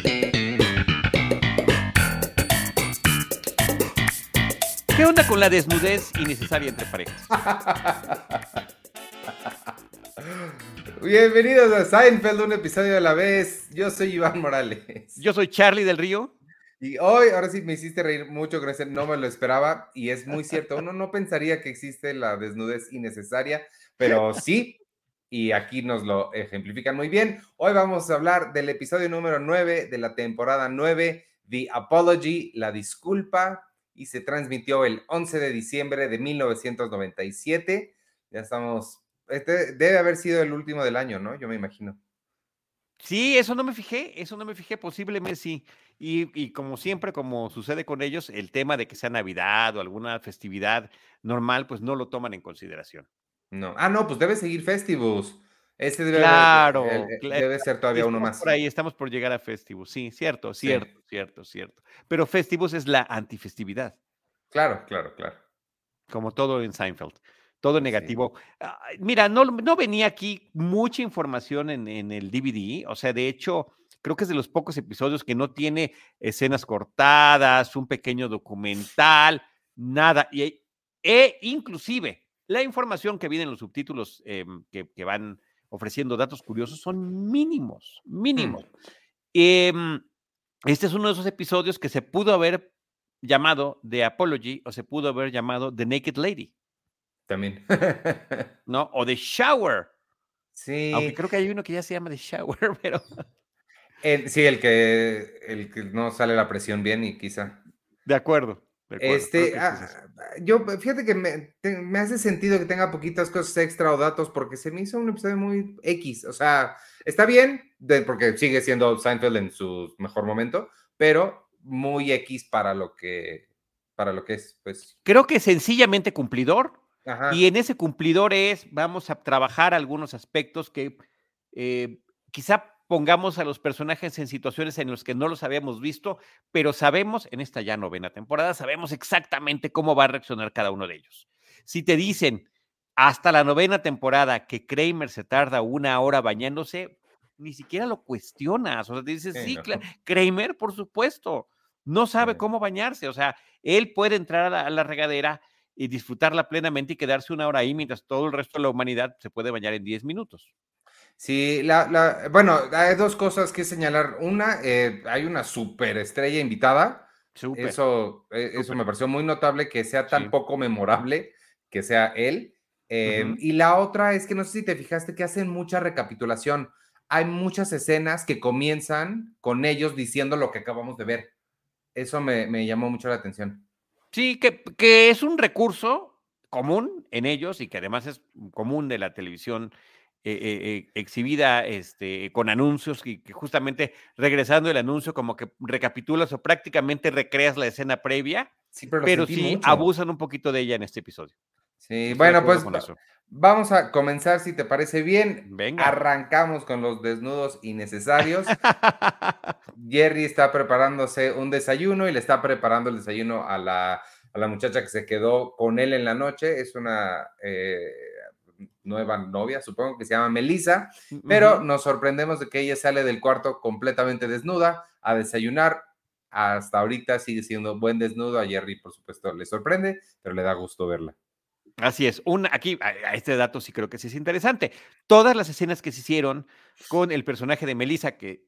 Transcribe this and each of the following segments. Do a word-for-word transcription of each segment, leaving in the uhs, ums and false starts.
¿Qué onda con la desnudez innecesaria entre parejas? Bienvenidos a Seinfeld, un episodio a la vez. Yo soy Iván Morales. Yo soy Charlie del Río. Y hoy, ahora sí me hiciste reír mucho, gracias, no me lo esperaba. Y es muy cierto, uno no pensaría que existe la desnudez innecesaria, pero sí, y aquí nos lo ejemplifican muy bien. Hoy vamos a hablar del episodio número nueve de la temporada nueve, The Apology, la disculpa, y se transmitió el once de diciembre de mil novecientos noventa y siete. Ya estamos... Este debe haber sido el último del año, ¿no? Yo me imagino. Sí, eso no me fijé, eso no me fijé, posiblemente sí. Y, y como siempre, como sucede con ellos, el tema de que sea Navidad o alguna festividad normal, pues no lo toman en consideración. No. Ah, no, pues debe seguir Festivus. Ese debe haber, el- Claro, el- cla- debe ser y todavía uno estamos más. por ahí, estamos por llegar a Festivus, sí, cierto, Sí, cierto, cierto, cierto. Pero Festivus es la antifestividad, claro, claro, claro. como todo en Seinfeld, todo Sí. negativo. Ah, mira, no, no venía aquí mucha información en, en el D V D, o sea, de hecho, creo que es de los pocos episodios que no tiene escenas cortadas, un pequeño documental, nada, y, e inclusive la información que viene en los subtítulos eh, que, que van ofreciendo datos curiosos son mínimos, Hmm, mínimos. Eh, este es uno de esos episodios que se pudo haber llamado The Apology o se pudo haber llamado The Naked Lady, también. ¿no? O The Shower, aunque Sí, creo que hay uno que ya se llama The Shower, pero el, sí, el que, el que no sale la presión bien y quizá. de acuerdo, de acuerdo, creo Este, que sí es eso. ah, yo, fíjate que me, te- me hace sentido que tenga poquitas cosas extra o datos porque se me hizo un episodio muy X. O sea, está bien, de- porque sigue siendo Seinfeld en su mejor momento, pero muy X para lo que, para lo que es, pues. Creo que sencillamente cumplidor, y Ajá. en ese cumplidor es, vamos a trabajar algunos aspectos que eh, quizá pongamos a los personajes en situaciones en las que no los habíamos visto, pero sabemos, en esta ya novena temporada, sabemos exactamente cómo va a reaccionar cada uno de ellos. Si te dicen hasta la novena temporada que Kramer se tarda una hora bañándose, ni siquiera lo cuestionas, o sea, te dices, Sí, sí, no. Cla- Kramer, por supuesto, no Sí. sabe cómo bañarse, o sea, él puede entrar a la, a la regadera y disfrutarla plenamente y quedarse una hora ahí mientras todo el resto de la humanidad se puede bañar en diez minutos. Sí, la, la, bueno, hay dos cosas que señalar. Una, eh, hay una superestrella invitada. Súper, Eso, eh, eso súper, me pareció muy notable que sea tan sí. poco memorable que sea él. Eh, Ujú. y la otra es que no sé si te fijaste que hacen mucha recapitulación. Hay muchas escenas que comienzan con ellos diciendo lo que acabamos de ver. Eso me, me llamó mucho la atención. Sí, que, que es un recurso común en ellos y que además es común de la televisión eh, eh, eh, exhibida este, con anuncios y que justamente regresando el anuncio como que recapitulas o prácticamente recreas la escena previa, Sí, pero lo pero sentí sí mucho. abusan un poquito de ella en este episodio. Sí, Estoy de bueno, acuerdo pues con va- eso. vamos a comenzar, si te parece bien. Venga. Arrancamos con los desnudos innecesarios. Jerry está preparándose un desayuno y le está preparando el desayuno a la, a la muchacha que se quedó con él en la noche. Es una eh, nueva novia, supongo que se llama Melissa, pero Ujú. nos sorprendemos de que ella sale del cuarto completamente desnuda a desayunar. Hasta ahorita sigue siendo buen desnudo. A Jerry, por supuesto, le sorprende, pero le da gusto verla. Así es. Un, aquí, a, a este dato sí creo que sí es interesante. Todas las escenas que se hicieron con el personaje de Melissa, que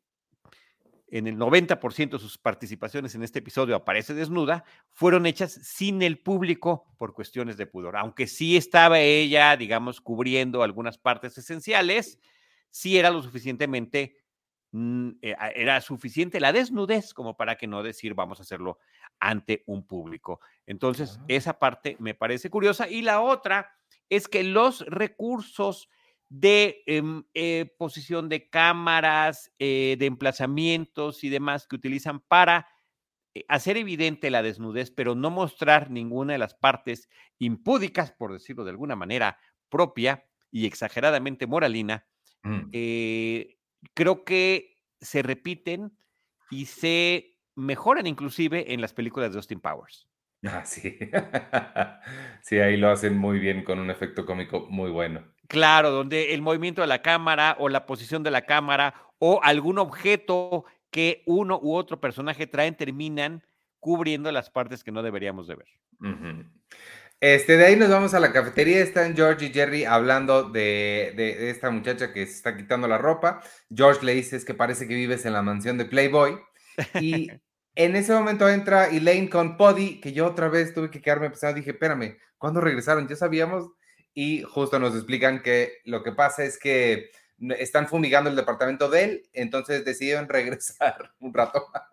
en el noventa por ciento de sus participaciones en este episodio aparece desnuda, fueron hechas sin el público por cuestiones de pudor. Aunque sí estaba ella, digamos, cubriendo algunas partes esenciales, sí era lo suficientemente, mm, eh, era suficiente la desnudez como para que no decir vamos a hacerlo ante un público. Entonces, Ah. esa parte me parece curiosa. Y la otra es que los recursos de em, eh, posición de cámaras, eh, de emplazamientos y demás que utilizan para eh, hacer evidente la desnudez, pero no mostrar ninguna de las partes impúdicas, por decirlo de alguna manera, propia y exageradamente moralina, Mm. eh, creo que se repiten y se mejoran inclusive en las películas de Austin Powers. Ah, sí. Sí, ahí lo hacen muy bien con un efecto cómico muy bueno. Claro, donde el movimiento de la cámara o la posición de la cámara o algún objeto que uno u otro personaje traen terminan cubriendo las partes que no deberíamos de ver. Ujú. Este, de ahí nos vamos a la cafetería, están George y Jerry hablando de, de, de esta muchacha que se está quitando la ropa. George le dice, es que parece que vives en la mansión de Playboy. Y en ese momento entra Elaine con Poddy, que yo otra vez tuve que quedarme pensando, dije, espérame, ¿cuándo regresaron? ¿Ya sabíamos? Y justo nos explican que lo que pasa es que están fumigando el departamento de él, entonces decidieron regresar un rato más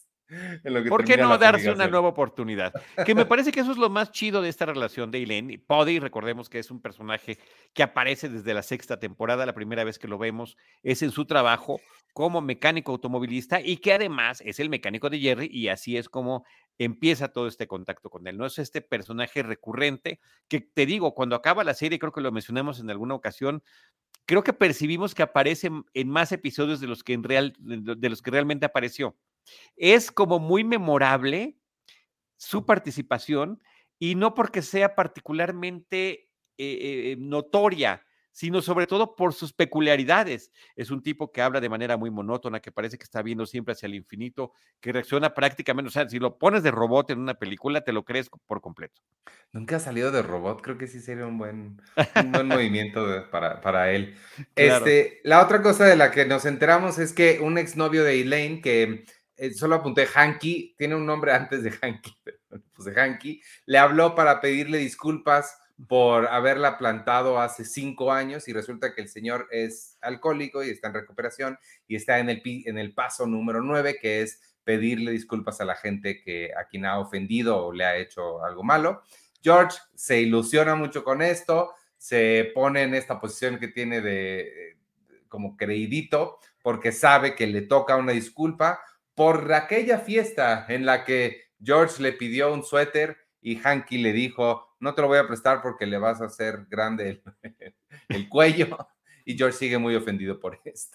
en lo que ¿Por qué termina no la darse una fumigación. nueva oportunidad? Que me parece que eso es lo más chido de esta relación de Elaine. Poddy, recordemos que es un personaje que aparece desde la sexta temporada, la primera vez que lo vemos es en su trabajo como mecánico automovilista y que además es el mecánico de Jerry y así es como empieza todo este contacto con él. No es este personaje recurrente que te digo, cuando acaba la serie, creo que lo mencionamos en alguna ocasión, creo que percibimos que aparece en, en más episodios de los que en real, de los que realmente apareció. Es como muy memorable su participación y no porque sea particularmente eh, eh, notoria, sino sobre todo por sus peculiaridades. Es un tipo que habla de manera muy monótona, que parece que está viendo siempre hacia el infinito, que reacciona prácticamente, o sea, si lo pones de robot en una película, te lo crees por completo. Nunca ha salido de robot, creo que sí sería un buen, un buen movimiento de- para, para él. Claro. Este, la otra cosa de la que nos enteramos es que un exnovio de Elaine, que eh, solo apunté Hanky, tiene un nombre antes de Hanky, pero pues de Hanky, le habló para pedirle disculpas por haberla plantado hace cinco años y resulta que el señor es alcohólico y está en recuperación y está en el, pi- en el paso número nueve, que es pedirle disculpas a la gente que, a quien ha ofendido o le ha hecho algo malo. George se ilusiona mucho con esto, se pone en esta posición que tiene de eh, como creidito, porque sabe que le toca una disculpa por aquella fiesta en la que George le pidió un suéter y Hanky le dijo, no te lo voy a prestar porque le vas a hacer grande el, el cuello. Y George sigue muy ofendido por esto.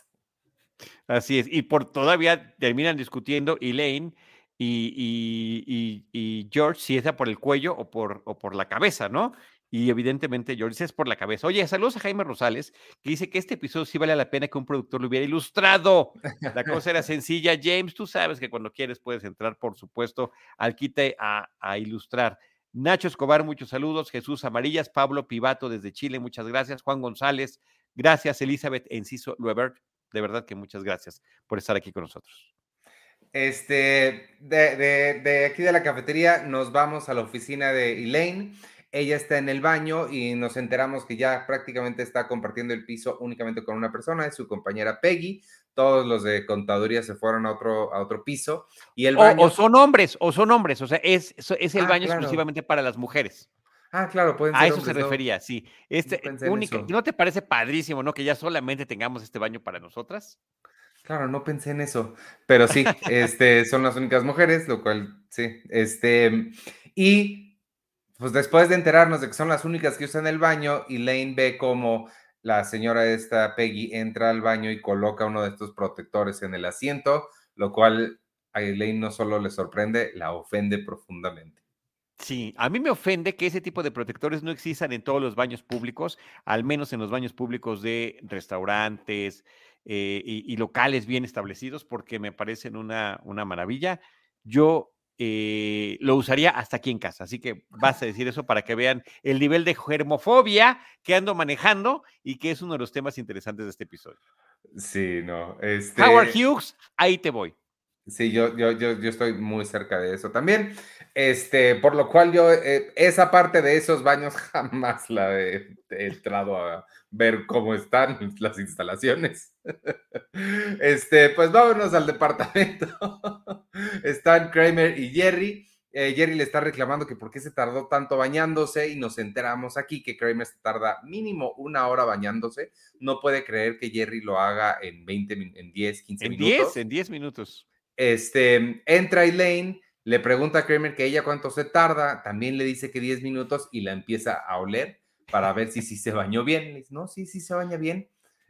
Así es. Y por todavía terminan discutiendo Elaine y, y, y, y George si es por el cuello o por, o por la cabeza, ¿no? Y evidentemente George dice es por la cabeza. Oye, saludos a Jaime Rosales, que dice que este episodio sí vale la pena que un productor lo hubiera ilustrado. La cosa era sencilla. James, tú sabes que cuando quieres puedes entrar, por supuesto, al quite a, a ilustrar. Nacho Escobar, muchos saludos. Jesús Amarillas, Pablo Pivato desde Chile, muchas gracias. Juan González, gracias. Elizabeth Enciso Luebert, de verdad que muchas gracias por estar aquí con nosotros. Este, de, de, de aquí de la cafetería nos vamos a la oficina de Elaine. Ella está en el baño y nos enteramos que ya prácticamente está compartiendo el piso únicamente con una persona, es su compañera Peggy. Todos los de contaduría se fueron a otro, a otro piso y el O, o baño. son hombres, o son hombres, o sea, es, es el Ah, baño claro. exclusivamente para las mujeres. Ah, claro, pueden A ser eso se hombres, no, refería, sí. no Este, pensé en única, eso. ¿no te parece padrísimo, no? Que ya solamente tengamos este baño para nosotras. Claro, no pensé en eso, pero sí, este, son las únicas mujeres, lo cual, sí, este, y pues después de enterarnos de que son las únicas que usan el baño, Elaine ve como la señora esta, Peggy, entra al baño y coloca uno de estos protectores en el asiento, lo cual a Elaine no solo le sorprende, la ofende profundamente. Sí, a mí me ofende que ese tipo de protectores no existan en todos los baños públicos, al menos en los baños públicos de restaurantes eh, y, y locales bien establecidos, porque me parecen una, una maravilla. Yo eh, lo usaría hasta aquí en casa, así que vas a decir eso para que vean el nivel de germofobia que ando manejando y que es uno de los temas interesantes de este episodio. Sí, no, Howard este, Hughes, ahí te voy. sí, yo, yo, yo, yo estoy muy cerca de eso también. Este, por lo cual yo, eh, esa parte de esos baños jamás la he, he entrado a ver cómo están las instalaciones. Este, pues vámonos al departamento. Están Kramer y Jerry. Eh, Jerry le está reclamando que por qué se tardó tanto bañándose y nos enteramos aquí que Kramer se tarda mínimo una hora bañándose. No puede creer que Jerry lo haga en veinte, en diez, quince En diez, minutos. en diez minutos. Este, entra Elaine, le pregunta a Kramer que ella cuánto se tarda, también le dice que diez minutos y la empieza a oler para ver si, si se bañó bien. Le dice, no, sí, sí se baña bien.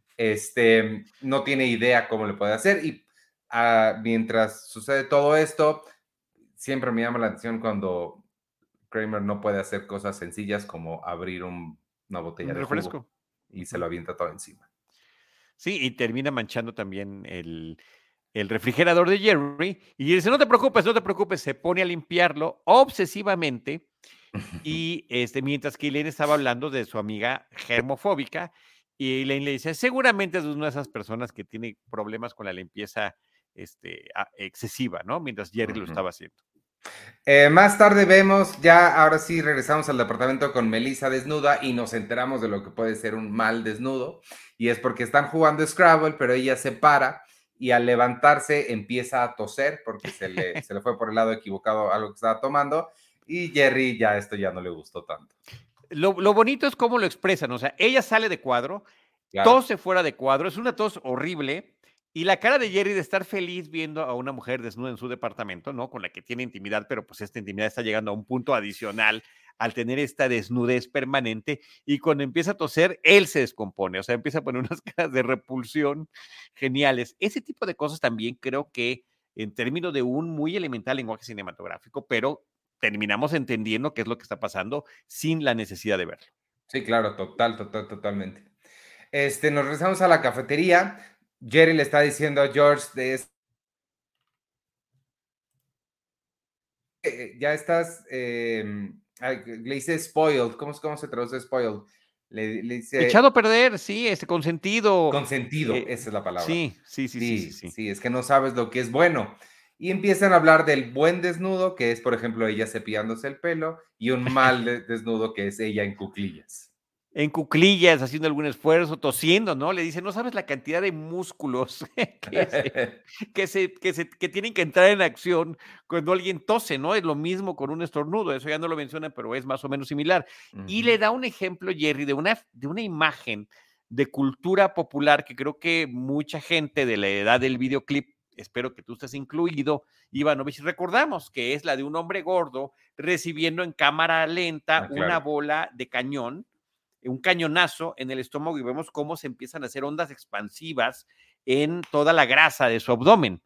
Este, no tiene idea cómo le puede hacer y uh, mientras sucede todo esto, siempre me llama la atención cuando Kramer no puede hacer cosas sencillas como abrir un, una botella Un de jugo refresco. y se Ujú. lo avienta todo encima. Sí, y termina manchando también el, el refrigerador de Jerry y dice, no te preocupes, no te preocupes, se pone a limpiarlo obsesivamente y este, mientras que Elaine estaba hablando de su amiga germofóbica y Elaine le dice, seguramente es una de esas personas que tiene problemas con la limpieza este, excesiva, ¿no? Mientras Jerry lo Ujú. estaba haciendo. Eh, más tarde vemos, ya ahora sí regresamos al departamento con Melissa desnuda y nos enteramos de lo que puede ser un mal desnudo. Y es porque están jugando Scrabble, pero ella se para y al levantarse empieza a toser porque se le, se le fue por el lado equivocado algo que estaba tomando. Y Jerry ya esto ya no le gustó tanto. Lo, lo bonito es cómo lo expresan, o sea, ella sale de cuadro, Claro. tose fuera de cuadro, es una tos horrible, y la cara de Jerry de estar feliz viendo a una mujer desnuda en su departamento, ¿no? Con la que tiene intimidad, pero pues esta intimidad está llegando a un punto adicional al tener esta desnudez permanente, y cuando empieza a toser, él se descompone, o sea, empieza a poner unas caras de repulsión geniales. Ese tipo de cosas también creo que en términos de un muy elemental lenguaje cinematográfico, pero terminamos entendiendo qué es lo que está pasando sin la necesidad de verlo. Sí, claro, total, total, totalmente. Este, nos regresamos a la cafetería. Jerry le está diciendo a George de es- eh, ya estás, eh, ay, le dice spoiled. ¿Cómo, es- cómo se traduce spoiled? Le, le dice Echado a perder, sí, este consentido. consentido, Eh, esa es la palabra. sí, sí, sí, sí, sí, Sí, sí. sí, es que no sabes lo que es bueno. Y empiezan a hablar del buen desnudo, que es, por ejemplo, ella cepillándose el pelo, y un mal de- desnudo, que es ella en cuclillas. En cuclillas, haciendo algún esfuerzo, tosiendo, ¿no? Le dice, no sabes la cantidad de músculos que se, que se, que se, que tienen que entrar en acción cuando alguien tose, ¿no? Es lo mismo con un estornudo, eso ya no lo menciona, pero es más o menos similar. Y Ujú. le da un ejemplo, Jerry, de una, de una imagen de cultura popular que creo que mucha gente de la edad del videoclip, espero que tú estés incluido, Ivanovich, recordamos que es la de un hombre gordo recibiendo en cámara lenta Ah, una claro. bola de cañón, un cañonazo en el estómago y vemos cómo se empiezan a hacer ondas expansivas en toda la grasa de su abdomen.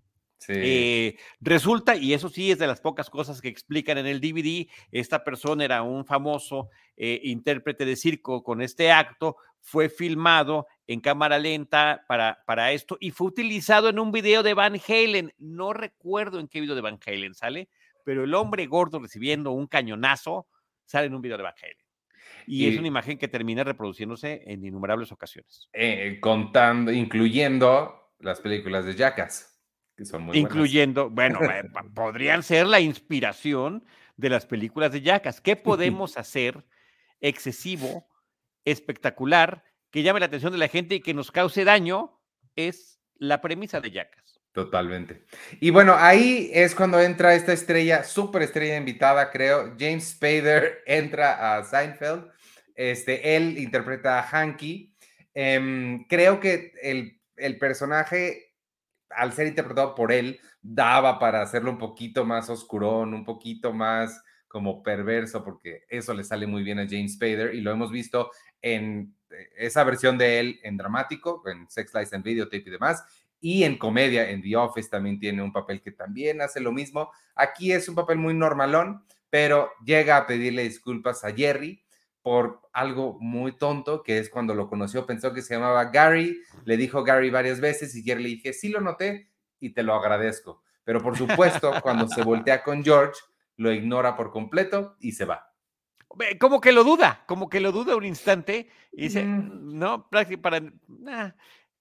Sí. Eh, resulta, y eso sí es de las pocas cosas que explican en el D V D, esta persona era un famoso eh, intérprete de circo con este acto, fue filmado en cámara lenta para, para esto y fue utilizado en un video de Van Halen. No recuerdo en qué video de Van Halen sale, pero el hombre gordo recibiendo un cañonazo sale en un video de Van Halen. Y es una Y imagen que termina reproduciéndose en innumerables ocasiones. eh, contando, incluyendo las películas de Jackass, que son muy buenas. Incluyendo, bueno, eh, podrían ser la inspiración de las películas de Jackass. ¿Qué podemos hacer excesivo, espectacular, que llame la atención de la gente y que nos cause daño? Es la premisa de Jackass. Totalmente. Y bueno, ahí es cuando entra esta estrella, súper estrella invitada, creo. James Spader entra a Seinfeld. Este, él interpreta a Hanky. Em, creo que el, el personaje, al ser interpretado por él, daba para hacerlo un poquito más oscurón, un poquito más como perverso, porque eso le sale muy bien a James Spader y lo hemos visto en eh, esa versión de él en dramático, en Sex Lies and Videotape y demás, y en comedia, en The Office también tiene un papel que también hace lo mismo. Aquí es un papel muy normalón, pero llega a pedirle disculpas a Jerry por algo muy tonto, que es cuando lo conoció, pensó que se llamaba Gary, le dijo Gary varias veces y Jerry le dije, sí lo noté y te lo agradezco. Pero por supuesto, cuando se voltea con George, lo ignora por completo y se va. Como que lo duda, como que lo duda un instante y dice, Mm, no, prácticamente para... Nah.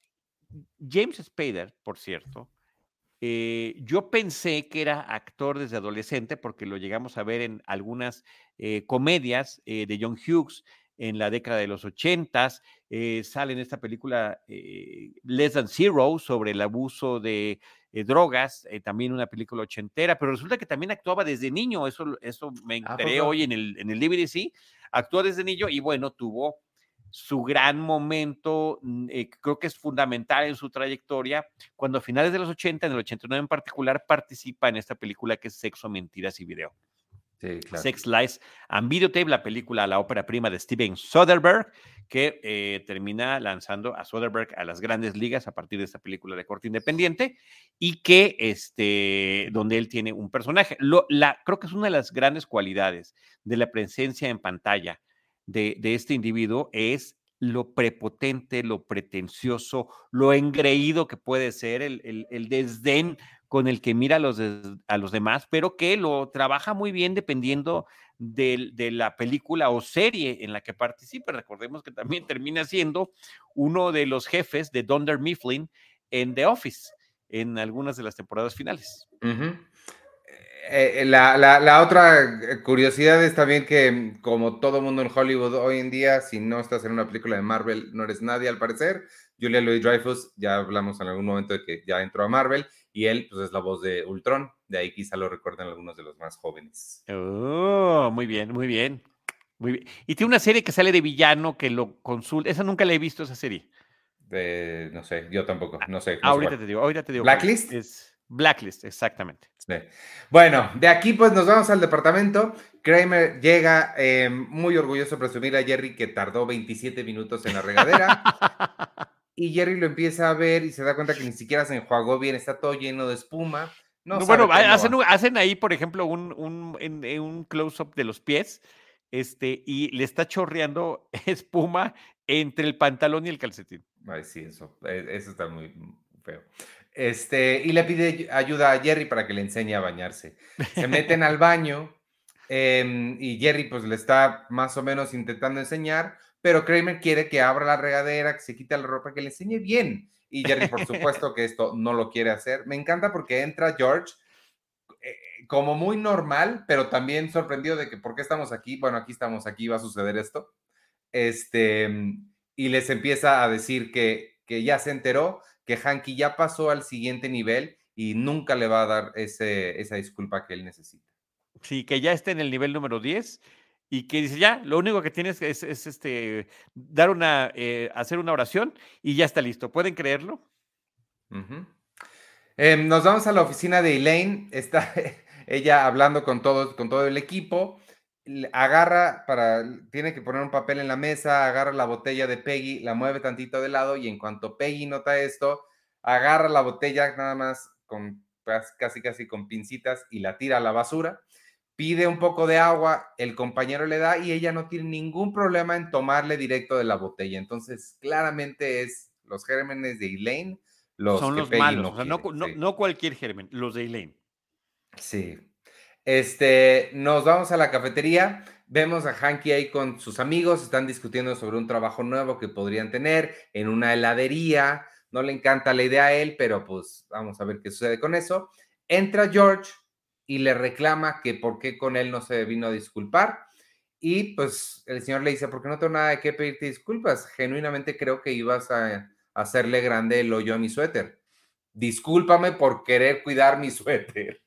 James Spader, por cierto, Eh, yo pensé que era actor desde adolescente porque lo llegamos a ver en algunas eh, comedias eh, de John Hughes en la década de los ochentas. Eh, sale en esta película eh, Less Than Zero sobre el abuso de eh, drogas, eh, también una película ochentera, pero resulta que también actuaba desde niño. Eso, eso me ¿A enteré hoy poco? en el, en el D V D, sí. Actuó desde niño y bueno, tuvo su gran momento, mm, eh, creo que es fundamental en su trayectoria, cuando a finales de los ochenta, en el ochenta y nueve en particular, participa en esta película que es Sexo, Mentiras y Video. Sí, claro. Sex, Lies and Videotape, la película, la ópera prima de Steven Soderbergh, que eh, termina lanzando a Soderbergh a las grandes ligas a partir de esta película de corte independiente y que, este, donde él tiene un personaje. Lo, la, creo que es una de las grandes cualidades de la presencia en pantalla de, de este individuo es lo prepotente, lo pretencioso, lo engreído que puede ser, el, el, el desdén con el que mira a los, de, a los demás, pero que lo trabaja muy bien dependiendo de, de, la película o serie en la que participe. Recordemos que también termina siendo uno de los jefes de Dunder Mifflin en The Office, en algunas de las temporadas finales. Uh-huh. Eh, la, la, la, otra curiosidad es también que, como todo mundo en Hollywood hoy en día, si no estás en una película de Marvel, no eres nadie al parecer. Julia Louis-Dreyfus, ya hablamos en algún momento de que ya entró a Marvel, y él pues, es la voz de Ultron, de ahí quizá lo recuerden algunos de los más jóvenes. Oh, muy bien, muy bien. Muy bien. Y tiene una serie que sale de villano que lo consulta. Esa nunca la he visto, esa serie. Eh, no sé, yo tampoco, no sé. Ah, No sé ahorita cuál. te digo, ahorita te digo. ¿Blacklist? Es. es Blacklist, exactamente. Sí. Bueno, de aquí pues nos vamos al departamento. Kramer llega eh, muy orgulloso a presumir a Jerry que tardó veintisiete minutos en la regadera. Y Jerry lo empieza a ver y se da cuenta que ni siquiera se enjuagó bien, está todo lleno de espuma. No, no, sabe bueno, cómo hacen, va. hacen ahí, por ejemplo, un, un, en, en un close-up de los pies, este, y le está chorreando espuma entre el pantalón y el calcetín. Ay, sí, eso, eso está muy feo. Este, y le pide ayuda a Jerry para que le enseñe a bañarse. Se meten al baño eh, y Jerry pues le está más o menos intentando enseñar, pero Kramer quiere que abra la regadera, que se quite la ropa, que le enseñe bien. Y Jerry, por supuesto que esto no lo quiere hacer. Me encanta porque entra George eh, como muy normal, pero también sorprendido de que por qué estamos aquí. Bueno, aquí estamos, aquí va a suceder esto. Este, y les empieza a decir que, que ya se enteró, que Hanky ya pasó al siguiente nivel y nunca le va a dar ese, esa disculpa que él necesita. Sí, que ya está en el nivel número diez y que dice, ya, lo único que tienes es, es este, dar una, eh, hacer una oración y ya está listo. ¿Pueden creerlo? Uh-huh. Eh, nos vamos a la oficina de Elaine, está ella hablando con todo, con todo el equipo, agarra para, tiene que poner un papel en la mesa, agarra la botella de Peggy, la mueve tantito de lado y en cuanto Peggy nota esto, agarra la botella nada más con casi casi con pincitas y la tira a la basura, pide un poco de agua, el compañero le da y ella no tiene ningún problema en tomarle directo de la botella, entonces claramente es los gérmenes de Elaine los Son que los Peggy malos, o no sea, no, quiere. no, Sí. no cualquier germen, los de Elaine. Sí. Este, nos vamos a la cafetería, vemos a Hanky ahí con sus amigos, están discutiendo sobre un trabajo nuevo que podrían tener en una heladería, no le encanta la idea a él, pero pues vamos a ver qué sucede con eso. Entra George y le reclama que por qué con él no se vino a disculpar y pues el señor le dice, porque no tengo nada de qué pedirte disculpas, genuinamente creo que ibas a hacerle grande el hoyo a mi suéter. Discúlpame por querer cuidar mi suéter.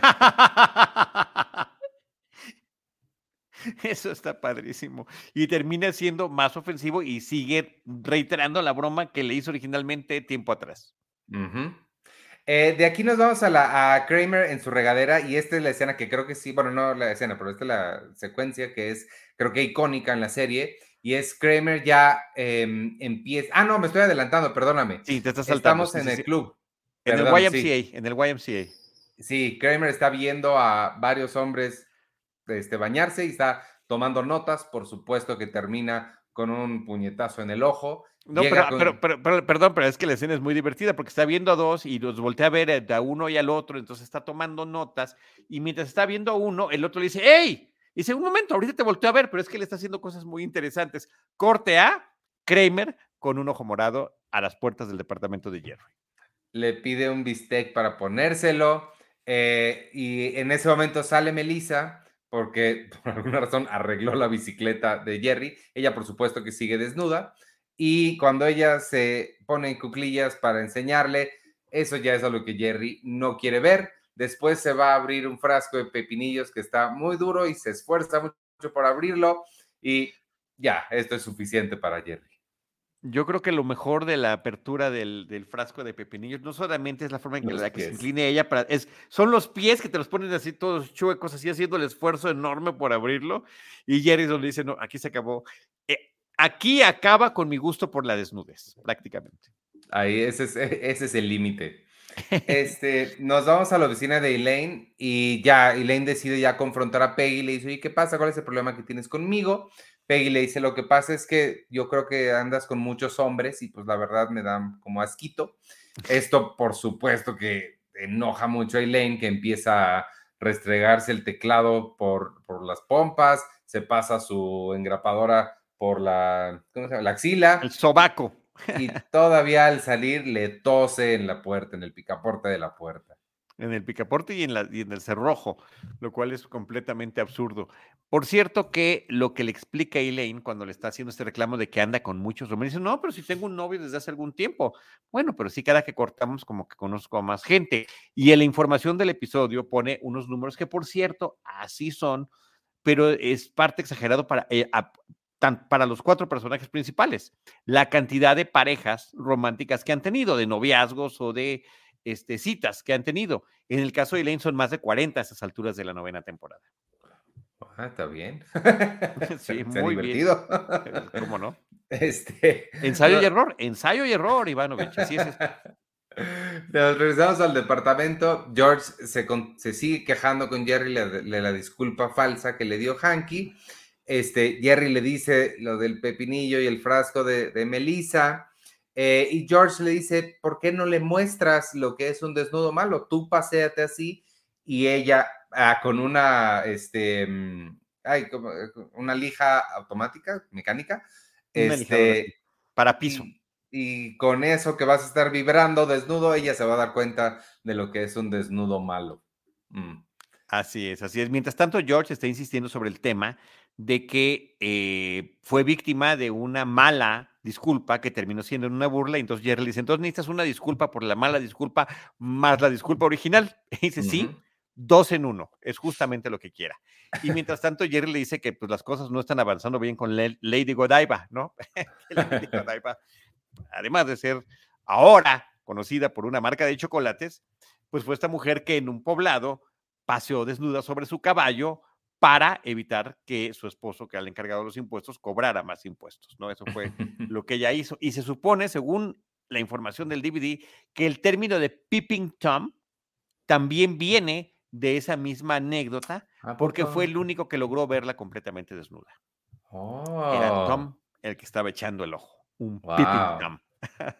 Eso está padrísimo. Y termina siendo más ofensivo y sigue reiterando la broma que le hizo originalmente tiempo atrás. Uh-huh. Eh, de aquí nos vamos a, la, a Kramer en su regadera y esta es la escena que creo que sí, bueno, no la escena, pero esta es la secuencia que es, creo que icónica en la serie y es Kramer ya eh, empieza, ah, no, me estoy adelantando, perdóname. Sí, te estás saltando. Estamos Sí, en sí, el sí. club, En el perdón, Y M C A, sí. en el Y M C A. Sí, Kramer está viendo a varios hombres este, bañarse y está tomando notas, por supuesto que termina con un puñetazo en el ojo. No, pero, Llega pero, con... pero, pero, perdón, pero es que la escena es muy divertida porque está viendo a dos y los voltea a ver a uno y al otro, entonces está tomando notas y mientras está viendo a uno, el otro le dice, ¡Ey! Y dice, un momento, ahorita te volteo a ver, pero es que le está haciendo cosas muy interesantes. Corte a Kramer con un ojo morado a las puertas del departamento de Jerry. Le pide un bistec para ponérselo eh, y en ese momento sale Melissa porque por alguna razón arregló la bicicleta de Jerry. Ella por supuesto que sigue desnuda y cuando ella se pone en cuclillas para enseñarle, eso ya es algo que Jerry no quiere ver. Después se va a abrir un frasco de pepinillos que está muy duro y se esfuerza mucho por abrirlo y ya, esto es suficiente para Jerry. Yo creo que lo mejor de la apertura del, del frasco de pepinillos no solamente es la forma en que, Los la que se pies. incline ella, para, es, son los pies que te los ponen así todos chuecos, así haciendo el esfuerzo enorme por abrirlo. Y Jerry es donde dice, no, aquí se acabó. Eh, aquí acaba con mi gusto por la desnudez, prácticamente. Ahí, ese es, ese es el límite. Este, nos vamos a la oficina de Elaine y ya Elaine decide ya confrontar a Peggy y le dice, oye, ¿qué pasa? ¿Cuál es el problema que tienes conmigo? Peggy le dice, lo que pasa es que yo creo que andas con muchos hombres y pues la verdad me dan como asquito. Esto, por supuesto, que enoja mucho a Elaine, que empieza a restregarse el teclado por, por las pompas, se pasa su engrapadora por la, ¿cómo se llama? La El axila, sobaco. y todavía al salir le tose en la puerta, en el picaporte de la puerta. En el picaporte y en, la, y en el cerrojo, lo cual es completamente absurdo. Por cierto que lo que le explica a Elaine cuando le está haciendo este reclamo de que anda con muchos hombres, dice, no, pero si tengo un novio desde hace algún tiempo. Bueno, pero sí cada que cortamos como que conozco a más gente. Y en la información del episodio pone unos números que, por cierto, así son, pero es parte exagerado para, eh, a, tan, para los cuatro personajes principales. La cantidad de parejas románticas que han tenido, de noviazgos o de este, citas que han tenido. En el caso de Elaine son más de cuarenta a estas alturas de la novena temporada. Ah, está bien. Sí, Se ha muy bien. divertido. ¿Cómo no? Este, Ensayo no. y error, ensayo y error, Ivanovich, así es esto. Nos regresamos al departamento. George se, con, se sigue quejando con Jerry de, de la disculpa falsa que le dio Hanky. Este, Jerry le dice lo del pepinillo y el frasco de, de Melissa. Eh, y George le dice, ¿por qué no le muestras lo que es un desnudo malo? Tú paséate así. Y ella, ah, con una, este, ay, como, una lija automática, mecánica, Una lijadora así, este, para piso. y, y con eso que vas a estar vibrando desnudo, ella se va a dar cuenta de lo que es un desnudo malo. Mm. Así es, así es. Mientras tanto, George está insistiendo sobre el tema de que eh, fue víctima de una mala disculpa que terminó siendo en una burla. Y entonces Jerry le dice, entonces necesitas una disculpa por la mala disculpa más la disculpa original. Y dice, Ujú. sí, dos en uno. Es justamente lo que quiera. Y mientras tanto, Jerry le dice que pues, las cosas no están avanzando bien con Le- Lady Godiva, ¿no? Que Lady Godiva, además de ser ahora conocida por una marca de chocolates, pues fue esta mujer que en un poblado paseó desnuda sobre su caballo para evitar que su esposo, que era el encargado de los impuestos, cobrara más impuestos, ¿no? Eso fue lo que ella hizo. Y se supone, según la información del D V D, que el término de peeping Tom también viene de esa misma anécdota, ¿A porque poco? fue el único que logró verla completamente desnuda. Era Oh, Tom el que estaba echando el ojo, un peeping wow. Tom.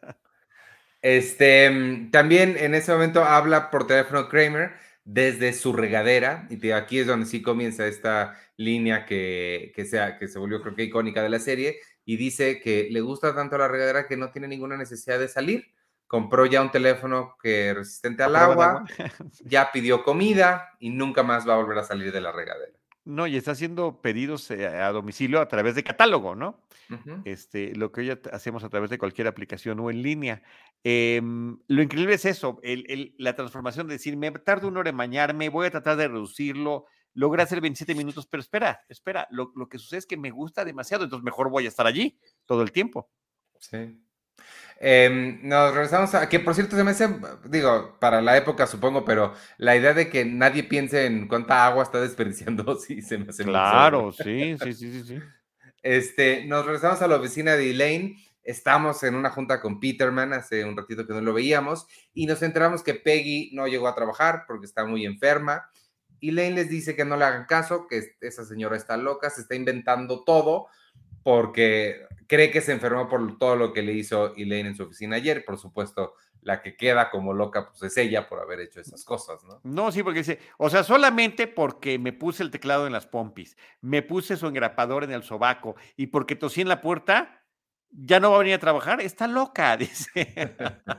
Este, mm, también en ese momento habla por teléfono Kramer desde su regadera, y te- aquí es donde sí comienza esta línea que, que, sea, que se volvió creo que icónica de la serie, y dice que le gusta tanto la regadera que no tiene ninguna necesidad de salir. Compró ya un teléfono que resistente ¿A al prueba de agua? agua, ya pidió comida y nunca más va a volver a salir de la regadera. No, y está haciendo pedidos eh, a domicilio a través de catálogo, ¿no? Ujú. Este, lo que hoy at- hacemos a través de cualquier aplicación o en línea. Em, lo increíble es eso, el- el- la transformación de decir, me tardo una hora en bañarme, voy a tratar de reducirlo, logré hacer veintisiete minutos, pero espera, espera, lo, lo que sucede es que me gusta demasiado, entonces mejor voy a estar allí todo el tiempo. Sí. Em, nos regresamos a, que por cierto se me hace, digo, para la época supongo, pero la idea de que nadie piense en cuánta agua está desperdiciando, sí, se me hace muy sobre. Claro, sí, sí, sí, sí, sí. Este, nos regresamos a la oficina de Elaine, estamos en una junta con Peterman, hace un ratito que no lo veíamos, y nos enteramos que Peggy no llegó a trabajar porque está muy enferma. Elaine les dice que no le hagan caso, que esa señora está loca, se está inventando todo, porque cree que se enfermó por todo lo que le hizo Elaine en su oficina ayer. Por supuesto, la que queda como loca, pues es ella por haber hecho esas cosas, ¿no? No, sí, porque dice, o sea, solamente porque me puse el teclado en las pompis, me puse su engrapador en el sobaco y porque tosí en la puerta, ya no va a venir a trabajar. Está loca, dice.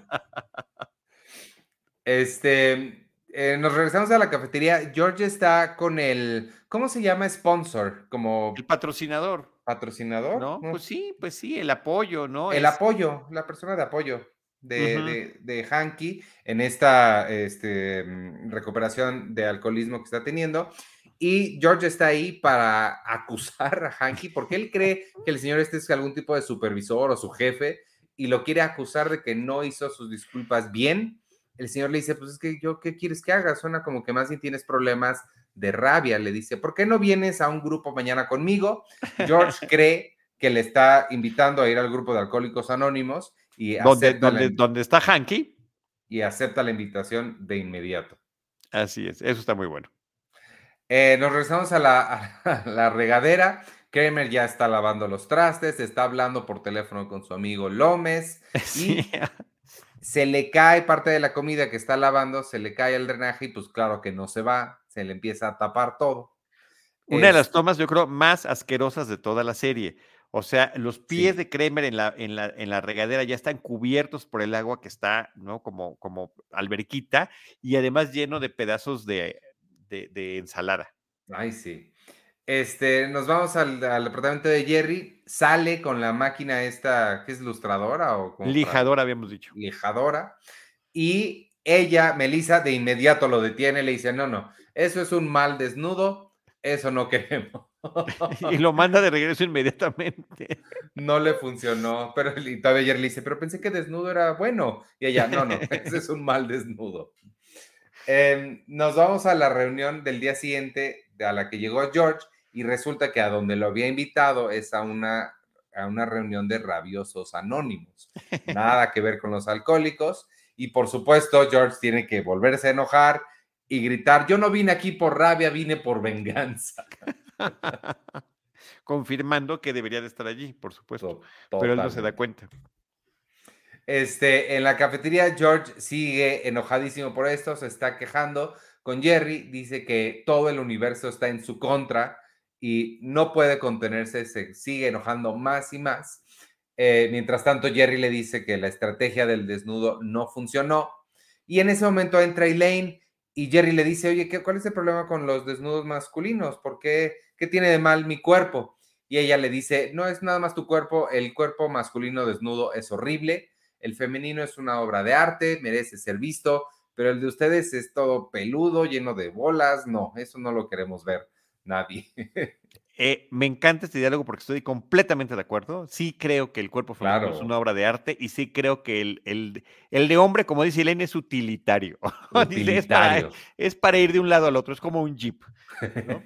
Este, eh, nos regresamos a la cafetería. George está con el, ¿cómo se llama? Sponsor, El como patrocinador, patrocinador, ¿no? no Pues sé. sí, pues sí, el apoyo, ¿no? El Es. apoyo, la persona de apoyo de, Ujú. de, de Hanky en esta este, mm, recuperación de alcoholismo que está teniendo. Y George está ahí para acusar a Hanky porque él cree que el señor este es algún tipo de supervisor o su jefe y lo quiere acusar de que no hizo sus disculpas bien. El señor le dice, pues es que yo, ¿qué quieres que haga? Suena como que más bien tienes problemas de rabia. Le dice, ¿por qué no vienes a un grupo mañana conmigo? George cree que le está invitando a ir al grupo de Alcohólicos Anónimos y Donde, acepta la, donde, donde está Hanky, y acepta la invitación de inmediato. así es, eso está muy bueno. Eh, nos regresamos a la, a la regadera. Kramer ya está lavando los trastes, está hablando por teléfono con su amigo Lómez Sí. y se le cae parte de la comida que está lavando, se le cae el drenaje y pues claro que no se va, se le empieza a tapar todo. Una de las Este, tomas, yo creo, más asquerosas de toda la serie. O sea, los pies sí, de Kramer en la, en la, en la regadera ya están cubiertos por el agua que está, ¿no? Como, como alberquita y además lleno de pedazos de, de, de ensalada. ay sí. Este, nos vamos al, al departamento de Jerry, sale con la máquina esta, ¿qué es lustradora o como para Lijador, habíamos dicho. lijadora? Y ella, Melissa, de inmediato lo detiene, le dice, no, no, eso es un mal desnudo, eso no queremos. Y lo manda de regreso inmediatamente. No le funcionó, pero y todavía Jerry le dice, pero pensé que desnudo era bueno. Y ella, no, no, ese es un mal desnudo. Eh, nos vamos a la reunión del día siguiente a la que llegó George y resulta que a donde lo había invitado es a una, a una reunión de rabiosos anónimos. Nada que ver con los alcohólicos. Y por supuesto, George tiene que volverse a enojar y gritar, yo no vine aquí por rabia, vine por venganza. Confirmando que debería de estar allí, por supuesto. Pero él no se da Totalmente. cuenta. Este, en la cafetería, George sigue enojadísimo por esto, se está quejando con Jerry, dice que todo el universo está en su contra y no puede contenerse, se sigue enojando más y más. Eh, mientras tanto, Jerry le dice que la estrategia del desnudo no funcionó y en ese momento entra Elaine y Jerry le dice, oye, ¿qué, ¿cuál es el problema con los desnudos masculinos? ¿Por qué? ¿Qué tiene de mal mi cuerpo? Y ella le dice, no es nada más tu cuerpo, el cuerpo masculino desnudo es horrible, el femenino es una obra de arte, merece ser visto, pero el de ustedes es todo peludo, lleno de bolas. No, eso no lo queremos ver nadie. Eh, me encanta este diálogo porque estoy completamente de acuerdo. Sí creo que el cuerpo femenino es una Claro, obra de arte y sí creo que el, el, el de hombre, como dice Elaine, es utilitario. Dice, es para, utilitario. es para ir de un lado al otro, es como un jeep, ¿no?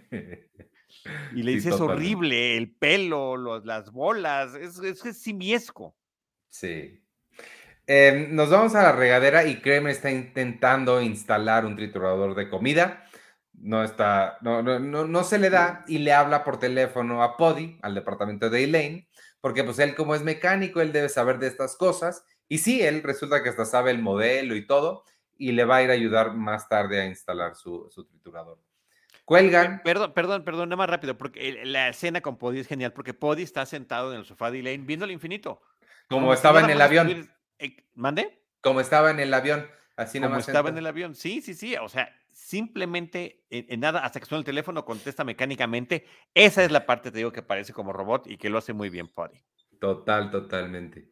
Y le Sí, dice, es totalmente. horrible, el pelo, los, las bolas, es, es, es simiesco. Sí. Eh, nos vamos a la regadera y Kramer está intentando instalar un triturador de comida. No está, no, no, no, no se le da y le habla por teléfono a Poddy, al departamento de Elaine, porque pues él como es mecánico, él debe saber de estas cosas. Y sí, él resulta que hasta sabe el modelo y todo, y le va a ir a ayudar más tarde a instalar su, su triturador. Pe- Cuelgan, Perdón, perdón, perdón, nada más rápido, porque el- la escena con Poddy es genial, porque Poddy está sentado en el sofá de Elaine viendo el infinito, como como si estaba nada en el más avión, estuviera... eh, ¿Mande? como estaba en el avión, así Como nomás estaba en sentado. el avión. Sí, sí, sí. O sea, simplemente en, en nada, hasta que suena el teléfono, contesta mecánicamente. Esa es la parte, te digo, que parece como robot y que lo hace muy bien Poddy. Total, totalmente.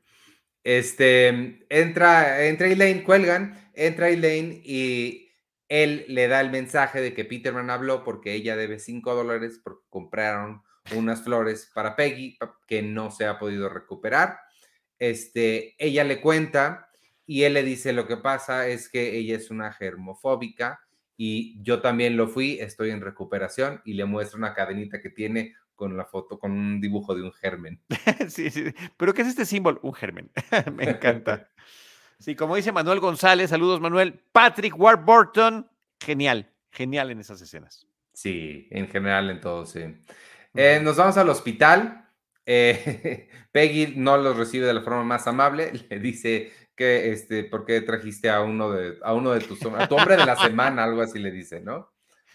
Este, entra, entra Elaine, cuelgan, entra Elaine y él le da el mensaje de que Peterman habló porque ella debe cinco dólares porque compraron unas flores para Peggy que no se ha podido recuperar. Este, ella le cuenta y él le dice lo que pasa es que ella es una germofóbica y yo también lo fui, estoy en recuperación y le muestra una cadenita que tiene con la foto, con un dibujo de un germen. Sí, sí. ¿Pero qué es este símbolo? Un germen. Me encanta. Sí, como dice Manuel González, saludos Manuel. Patrick Warburton, genial, genial en esas escenas. Sí, en general en todo, sí. Eh, Ujú. nos vamos al hospital. Eh, Peggy no los recibe de la forma más amable. Le dice que, este, ¿por qué trajiste a uno de, a uno de tus, a tu hombre de la semana? Algo así le dice, ¿no?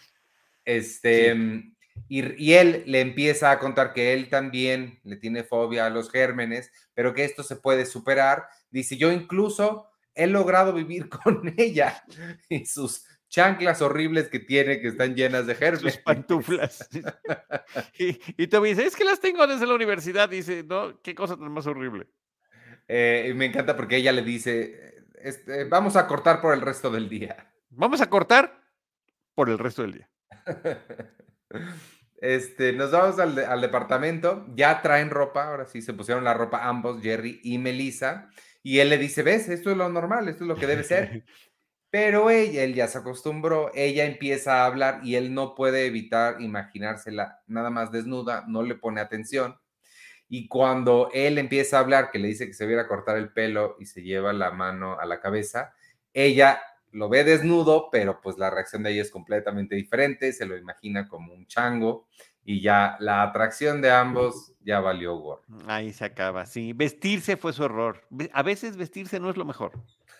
Este, Sí. y, y él le empieza a contar que él también le tiene fobia a los gérmenes, pero que esto se puede superar. Dice, yo incluso he logrado vivir con ella y sus chanclas horribles que tiene, que están llenas de Sus gérmenes. pantuflas. Y, y Toby dice, es que las tengo desde la universidad. Dice, no, qué cosa tan más horrible. Eh, y me encanta porque ella le dice, este, vamos a cortar por el resto del día. Vamos a cortar por el resto del día. Este, nos vamos al, de- al departamento, ya traen ropa, ahora sí se pusieron la ropa ambos, Jerry y Melissa, y él le dice, ves, esto es lo normal, esto es lo que debe ser, pero ella, él ya se acostumbró, ella empieza a hablar y él no puede evitar imaginársela nada más desnuda, no le pone atención, y cuando él empieza a hablar, que le dice que se viera a cortar el pelo y se lleva la mano a la cabeza, ella lo ve desnudo, pero pues la reacción de ella es completamente diferente, se lo imagina como un chango y ya la atracción de ambos ya valió gorro. Ahí se acaba, sí. Vestirse fue su error. Ve- A veces vestirse no es lo mejor.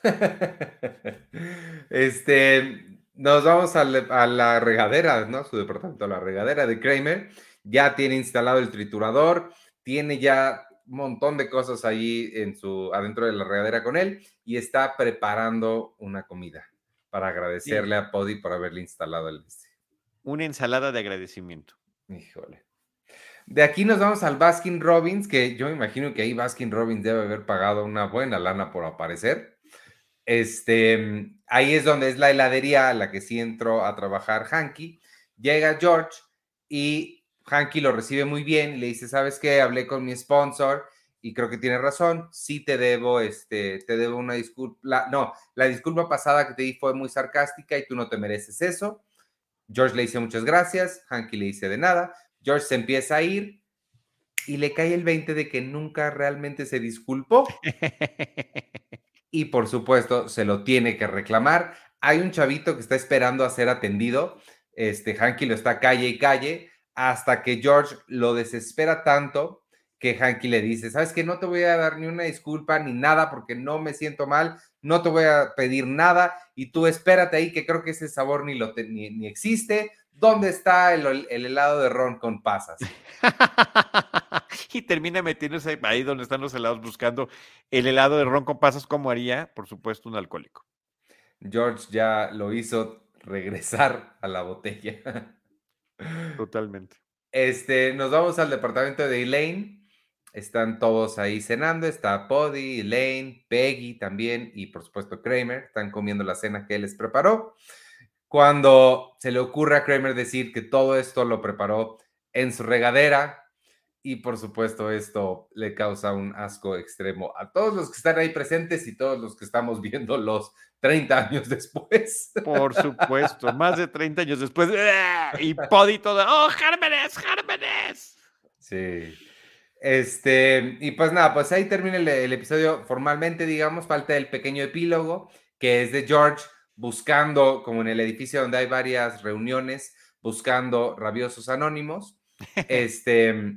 Este, nos vamos a, le- a la regadera, ¿no? Su departamento, la regadera de Kramer. Ya tiene instalado el triturador, tiene ya un montón de cosas allí en su, adentro de la regadera con él y está preparando una comida para Sí. agradecerle a Poddy por haberle instalado el... Una ensalada de agradecimiento. Híjole. De aquí nos vamos al Baskin Robbins, que yo me imagino que ahí Baskin Robbins debe haber pagado una buena lana por aparecer. Este, ahí es donde es la heladería a la que sí entró a trabajar Hanky. Llega George y Hanky lo recibe muy bien y le dice, ¿sabes qué? Hablé con mi sponsor y creo que tiene razón. Sí te debo, este, te debo una disculpa. La, no, la disculpa pasada que te di fue muy sarcástica y tú no te mereces eso. George le dice muchas gracias, Hanky le dice de nada. George se empieza a ir y le cae el veinte de que nunca realmente se disculpó y por supuesto se lo tiene que reclamar. Hay un chavito que está esperando a ser atendido, este Hanky lo está calle y calle hasta que George lo desespera tanto que Hanky le dice, ¿sabes qué? No te voy a dar ni una disculpa ni nada porque no me siento mal, no te voy a pedir nada y tú espérate ahí que creo que ese sabor ni, lo te, ni, ni existe. ¿Dónde está el, el helado de ron con pasas? Y termina metiéndose ahí donde están los helados buscando el helado de ron con pasas, como haría, por supuesto, un alcohólico. George ya lo hizo regresar a la botella. Totalmente. Este, nos vamos al departamento de Elaine. Están todos ahí cenando. Está Poddy, Elaine, Peggy también y por supuesto Kramer. Están comiendo la cena que él les preparó. Cuando se le ocurre a Kramer decir que todo esto lo preparó en su regadera y por supuesto esto le causa un asco extremo a todos los que están ahí presentes y todos los que estamos viendo los treinta años después. Por supuesto, más de treinta años después. ¡ah! Y Poddy todo. ¡Oh, Gérmenes, Gérmenes! Sí. Este, y pues nada, pues ahí termina el, el episodio formalmente, digamos, falta el pequeño epílogo, que es de George buscando, como en el edificio donde hay varias reuniones, buscando rabiosos anónimos. Este,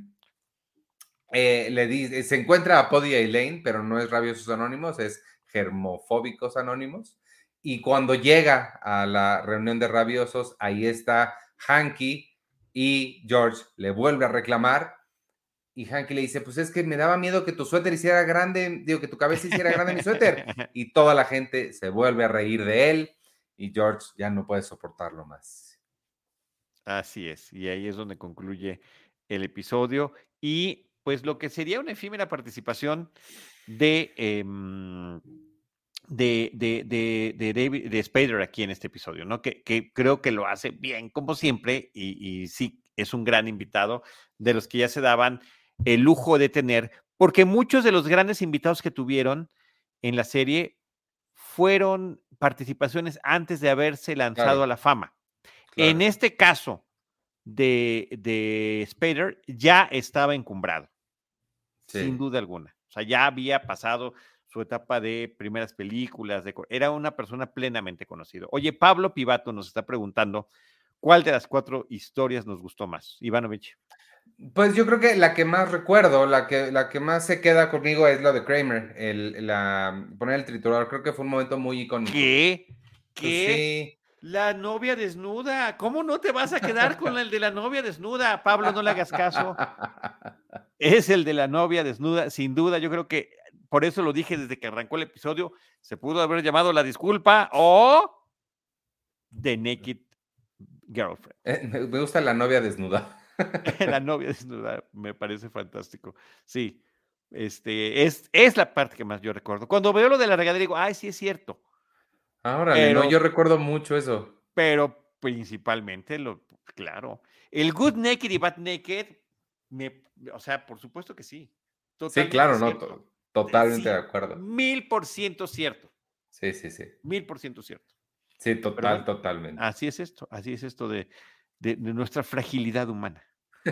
eh, le dice, se encuentra a Poddy y Elaine, pero no es rabiosos anónimos, es germofóbicos anónimos. Y cuando llega a la reunión de rabiosos, ahí está Hanky y George le vuelve a reclamar y Hanky le dice, pues es que me daba miedo que tu suéter hiciera grande, digo, que tu cabeza hiciera grande mi suéter. Y toda la gente se vuelve a reír de él y George ya no puede soportarlo más. Así es, y ahí es donde concluye el episodio. Y pues lo que sería una efímera participación de, em, de, de, de, de David, de Spader aquí en este episodio, ¿no? Que, que creo que lo hace bien, como siempre, y, y sí, es un gran invitado de los que ya se daban el lujo de tener, porque muchos de los grandes invitados que tuvieron en la serie fueron participaciones antes de haberse lanzado a Claro, la fama. En claro. este caso de, de Spader, ya estaba encumbrado, sin Sí. duda alguna. O sea, ya había pasado su etapa de primeras películas, de, era una persona plenamente conocida. Oye, Pablo Pivato nos está preguntando, ¿cuál de las cuatro historias nos gustó más? Ivanovich. Pues yo creo que la que más recuerdo, la que, la que más se queda conmigo es la de Kramer, el, la, poner el triturador, creo que fue un momento muy icónico. ¿Qué? Pues ¿Qué? sí. La novia desnuda. ¿Cómo no te vas a quedar con el de la novia desnuda? Pablo, no le hagas caso. Es el de la novia desnuda, sin duda. Yo creo que por eso lo dije desde que arrancó el episodio. Se pudo haber llamado La Disculpa o The Naked Girlfriend. Eh, me me gusta la novia desnuda. La novia desnuda me parece fantástico. Sí, este, es, es la parte que más yo recuerdo. Cuando veo lo de la regadera digo, ay, sí es cierto, Órale, no, pero, yo recuerdo mucho eso. pero principalmente, lo, claro, el Good Naked y Bad Naked, me, o sea, por supuesto que sí, Sí, totalmente claro, no, cierto. to- Eh, totalmente de Sí, acuerdo. mil por ciento cierto, Sí, sí, sí. mil por ciento cierto. Sí, Pero total, bueno, totalmente. así es esto, así es esto de, de, de nuestra fragilidad humana.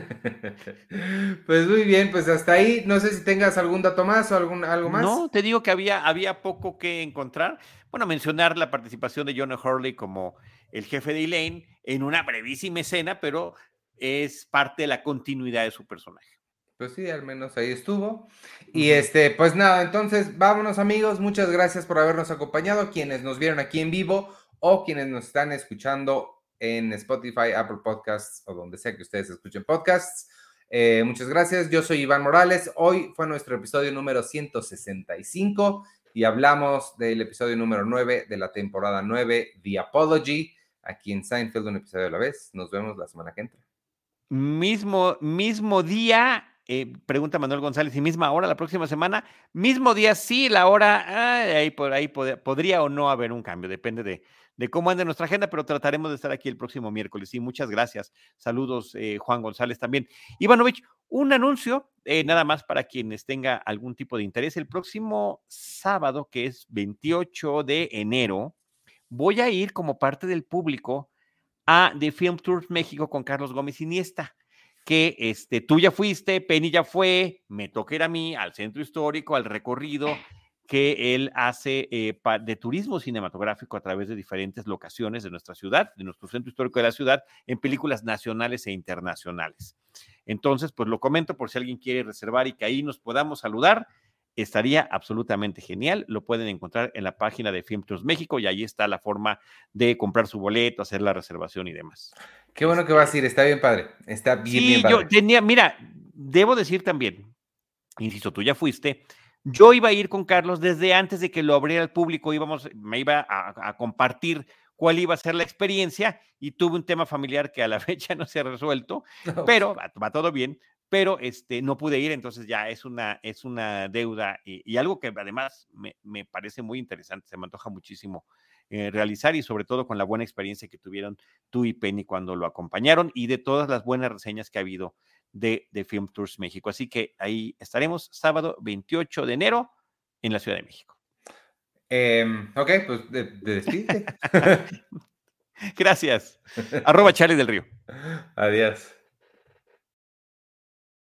Pues muy bien, pues hasta ahí. No sé si tengas algún dato más o algún, algo No, más. te digo que había, había poco que encontrar. Bueno, mencionar la participación de Jonah Hurley como el jefe de Elaine en una brevísima escena, pero es parte de la continuidad de su personaje. Pues sí, al menos ahí estuvo. Y Ujú. este, pues nada, entonces vámonos amigos, muchas gracias por habernos acompañado, quienes nos vieron aquí en vivo o quienes nos están escuchando en Spotify, Apple Podcasts o donde sea que ustedes escuchen podcasts. Eh, muchas gracias, yo soy Iván Morales, hoy fue nuestro episodio número ciento sesenta y cinco y hablamos del episodio número nueve de la temporada nueve, The Apology, aquí en Seinfeld, un episodio a la vez. Nos vemos la semana que entra. Mismo, mismo día, eh, pregunta Manuel González, y misma hora la próxima semana, mismo día, sí, la hora, ay, ahí por ahí pod- podría o no haber un cambio, depende de, de cómo ande nuestra agenda, pero trataremos de estar aquí el próximo miércoles. Sí, muchas gracias. Saludos, eh, Juan González también. Ivanovich, un anuncio, eh, nada más para quienes tenga algún tipo de interés. El próximo sábado, que es veintiocho de enero, voy a ir como parte del público a The Film Tours México con Carlos Gómez Iniesta, que este, tú ya fuiste, Penny ya fue, me toca ir a mí al centro histórico, al recorrido que él hace eh, de turismo cinematográfico a través de diferentes locaciones de nuestra ciudad, de nuestro centro histórico de la ciudad, en películas nacionales e internacionales. Entonces, pues lo comento por si alguien quiere reservar y que ahí nos podamos saludar. Estaría absolutamente genial. Lo pueden encontrar en la página de Film Tours México y ahí está la forma de comprar su boleto, hacer la reservación y demás. Qué bueno que vas Este, a ir, está bien padre, está bien, bien sí, yo padre. tenía, mira, debo decir también, insisto, tú ya fuiste, yo iba a ir con Carlos desde antes de que lo abriera al público, íbamos, me iba a, a compartir cuál iba a ser la experiencia y tuve un tema familiar que a la fecha no se ha resuelto, pero va, va todo bien, pero este, no pude ir, entonces ya es una, es una deuda y, y algo que además me, me, parece muy interesante, se me antoja muchísimo eh, realizar y sobre todo con la buena experiencia que tuvieron tú y Penny cuando lo acompañaron y de todas las buenas reseñas que ha habido de, de Film Tours México. Así que ahí estaremos sábado veintiocho de enero en la Ciudad de México. Eh, ok, pues de, de despídete. Gracias. Arroba Charlie del Río. Adiós.